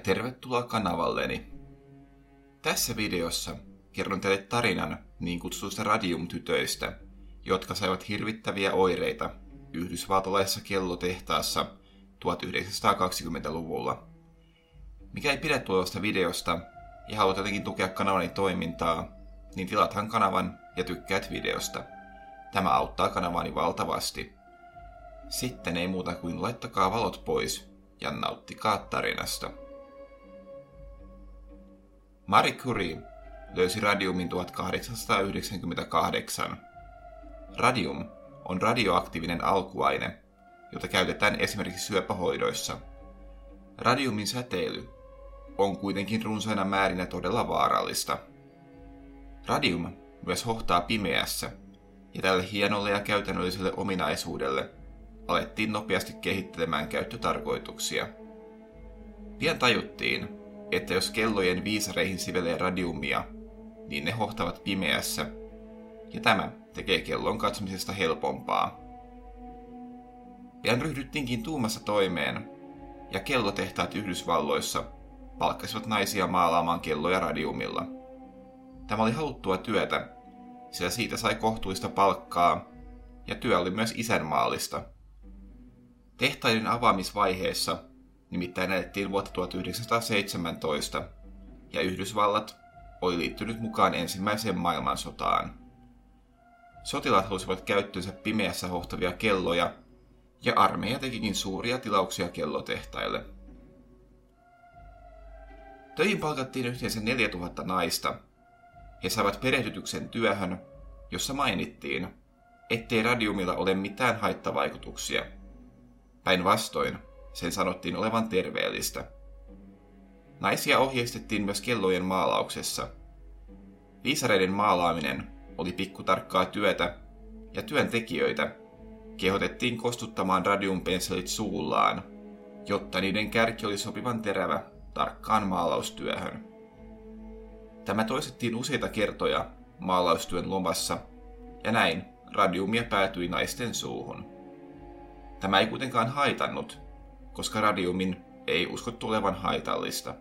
tervetuloa kanavalleni. Tässä videossa kerron teille tarinan niin kutsutuista radiumtytöistä, jotka saivat hirvittäviä oireita yhdysvaltalaisessa kellotehtaassa 1920-luvulla. Mikä ei pidä tuosta videosta ja haluat jotenkin tukea kanavani toimintaa, niin tilathan kanavan ja tykkäät videosta. Tämä auttaa kanavani valtavasti. Sitten ei muuta kuin laittakaa valot pois ja nauttikaa tarinasta. Marie Curie löysi radiumin 1898. Radium on radioaktiivinen alkuaine, jota käytetään esimerkiksi syöpähoidoissa. Radiumin säteily on kuitenkin runsaina määrinä todella vaarallista. Radium myös hohtaa pimeässä, ja tälle hienolle ja käytännölliselle ominaisuudelle alettiin nopeasti kehittelemään käyttötarkoituksia. Pian tajuttiin, että jos kellojen viisareihin sivelee radiumia, niin ne hohtavat pimeässä, ja tämä tekee kellon katsomisesta helpompaa. Pian ryhdyttiinkin tuumassa toimeen, ja kellotehtaat Yhdysvalloissa palkkasivat naisia maalaamaan kelloja radiumilla. Tämä oli haluttua työtä, sillä siitä sai kohtuullista palkkaa, ja työ oli myös isänmaallista. Tehtaiden avaamisvaiheessa nimittäin elettiin vuotta 1917, ja Yhdysvallat oli liittynyt mukaan ensimmäiseen maailmansotaan. Sotilaat halusivat käyttöönsä pimeässä hohtavia kelloja, ja armeija tekikin suuria tilauksia kellotehtaille. Töihin palkattiin yhteensä 4000 naista. He saivat perehdytyksen työhön, jossa mainittiin, ettei radiumilla ole mitään haittavaikutuksia. Päinvastoin sen sanottiin olevan terveellistä. Naisia ohjeistettiin myös kellojen maalauksessa. Viisareiden maalaaminen oli pikkutarkkaa työtä, ja työntekijöitä kehotettiin kostuttamaan radiumpensselit suullaan, jotta niiden kärki oli sopivan terävä tarkkaan maalaustyöhön. Tämä toistettiin useita kertoja maalaustyön lomassa, ja näin radiumia päätyi naisten suuhun. Tämä ei kuitenkaan haitannut, koska radiumin ei uskottu olevan haitallista.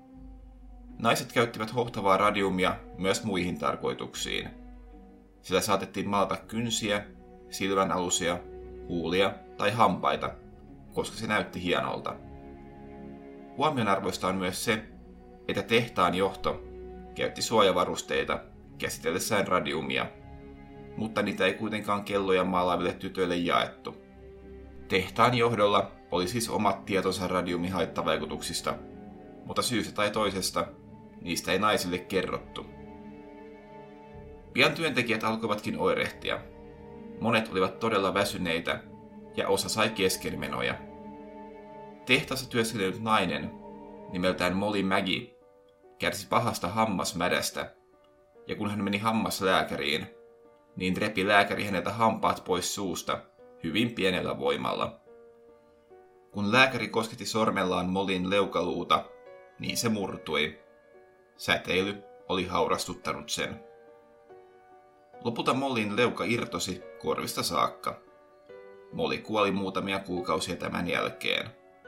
Naiset käyttivät hohtavaa radiumia myös muihin tarkoituksiin. Sillä saatettiin maalata kynsiä, silmänalusia, huulia tai hampaita, koska se näytti hienolta. Huomionarvoista on myös se, että tehtaan johto käytti suojavarusteita käsitellessään radiumia, mutta niitä ei kuitenkaan kelloja maalaaville tytöille jaettu. Tehtaan johdolla oli siis omat tietonsa radiumin haittavaikutuksista, mutta syystä tai toisesta niistä ei naisille kerrottu. Pian työntekijät alkoivatkin oirehtia. Monet olivat todella väsyneitä ja osa sai keskenmenoja. Tehtaassa työskennellyt nainen nimeltään Molly Maggie kärsi pahasta hammasmädästä, ja kun hän meni hammaslääkäriin, niin repi lääkäri häneltä hampaat pois suusta hyvin pienellä voimalla. Kun lääkäri kosketti sormellaan Mollyn leukaluuta, niin se murtui. Säteily oli haurastuttanut sen. Lopulta Mollyn leuka irtosi korvista saakka. Molly kuoli muutamia kuukausia tämän jälkeen.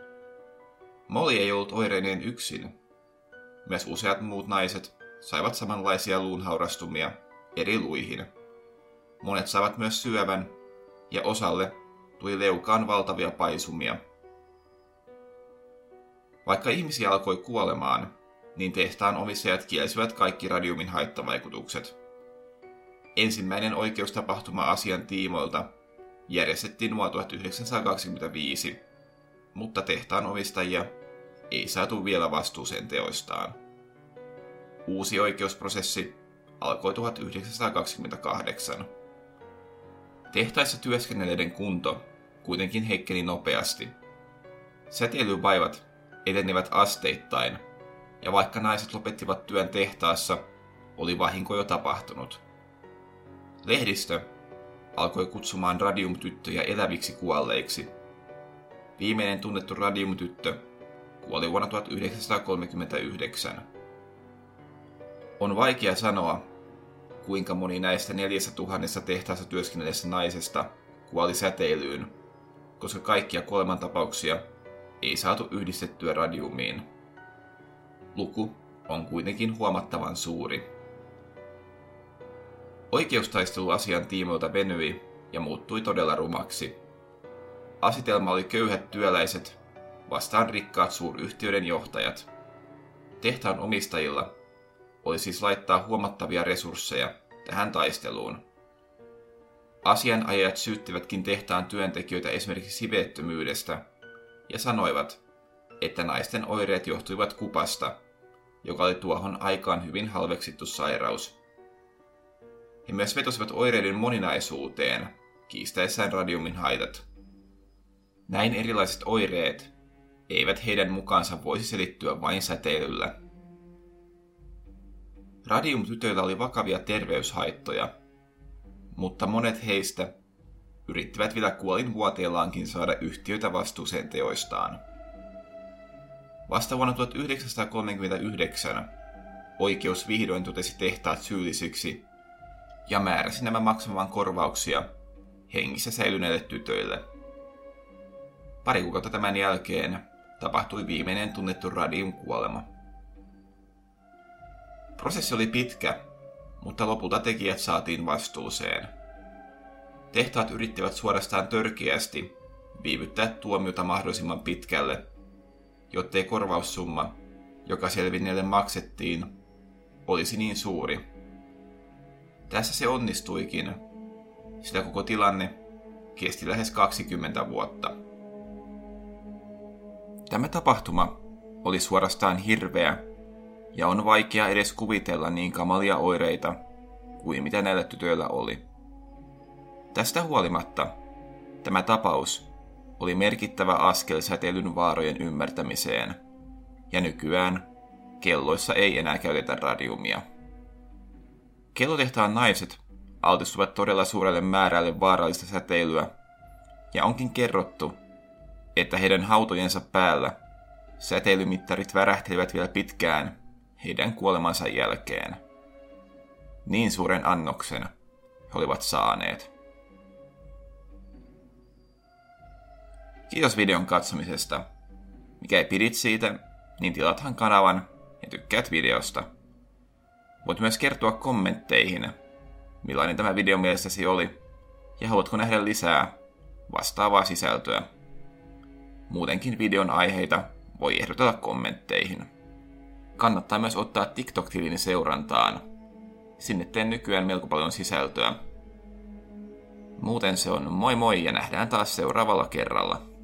Molly ei ollut oireineen yksin. Myös useat muut naiset saivat samanlaisia luunhaurastumia eri luihin. Monet saivat myös syövän, ja osalle tuli leukaan valtavia paisumia. Vaikka ihmisiä alkoi kuolemaan, niin tehtaan omistajat kielsivät kaikki radiumin haittavaikutukset. Ensimmäinen oikeustapahtuma asian tiimoilta järjestettiin vuonna 1925, mutta tehtaan omistajia ei saatu vielä vastuuseen teoistaan. Uusi oikeusprosessi alkoi 1928. Tehtaissa työskennelleiden kunto kuitenkin heikkeni nopeasti. Säteilyvaivat etenivät asteittain, ja vaikka naiset lopettivat työn tehtaassa, oli vahinko jo tapahtunut. Lehdistö alkoi kutsumaan radiumtyttöjä eläviksi kuolleiksi. Viimeinen tunnettu radiumtyttö kuoli vuonna 1939. On vaikea sanoa, kuinka moni näistä 4000 tehtaassa työskennelleestä naisesta kuoli säteilyyn, koska kaikkia kuolemantapauksia ei saatu yhdistettyä radiumiin. luku on kuitenkin huomattavan suuri. Oikeustaistelu asian tiimoilta venyi ja muuttui todella rumaksi. Asetelma oli köyhät työläiset vastaan rikkaat suuryhtiöiden johtajat. Tehtaan omistajilla oli siis laittaa huomattavia resursseja tähän taisteluun. Asianajajat syyttivätkin tehtaan työntekijöitä esimerkiksi siveettömyydestä ja sanoivat, että naisten oireet johtuivat kupasta, joka oli tuohon aikaan hyvin halveksittu sairaus. He myös vetosivat oireiden moninaisuuteen, kiistäessään radiumin haitat. Näin erilaiset oireet eivät heidän mukaansa voisi selittyä vain säteilyllä. Radiumtytöillä oli vakavia terveyshaittoja, mutta monet heistä yrittivät vielä kuolinvuoteellaankin saada yhtiöitä vastuuseen teoistaan. Vasta vuonna 1939 oikeus vihdoin totesi tehtaat syyllisiksi ja määräsi nämä maksamaan korvauksia hengissä säilyneille tytöille. Pari kuukautta tämän jälkeen tapahtui viimeinen tunnettu radiumkuolema. Prosessi oli pitkä, mutta lopulta tekijät saatiin vastuuseen. Tehtaat yrittivät suorastaan törkeästi viivyttää tuomiota mahdollisimman pitkälle, jottei korvaussumma, joka selvinneille maksettiin, olisi niin suuri. Tässä se onnistuikin, sillä koko tilanne kesti lähes 20 vuotta. Tämä tapahtuma oli suorastaan hirveä, ja on vaikea edes kuvitella niin kamalia oireita kuin mitä näillä tytöillä oli. Tästä huolimatta tämä tapaus oli merkittävä askel säteilyn vaarojen ymmärtämiseen, ja nykyään kelloissa ei enää käytetä radiumia. Kellotehtaan naiset altistuvat todella suurelle määrälle vaarallista säteilyä, ja onkin kerrottu, että heidän hautojensa päällä säteilymittarit värähtelivät vielä pitkään heidän kuolemansa jälkeen. Niin suuren annoksen he olivat saaneet. Kiitos videon katsomisesta. Mikäli pidit siitä, niin tilathan kanavan ja tykkäät videosta. Voit myös kertoa kommentteihin, millainen tämä video mielestäsi oli, ja haluatko nähdä lisää vastaavaa sisältöä. Muutenkin videon aiheita voi ehdotella kommentteihin. Kannattaa myös ottaa TikTok-tilini seurantaan. Sinne teen nykyään melko paljon sisältöä. Muuten se on moi moi ja nähdään taas seuraavalla kerralla.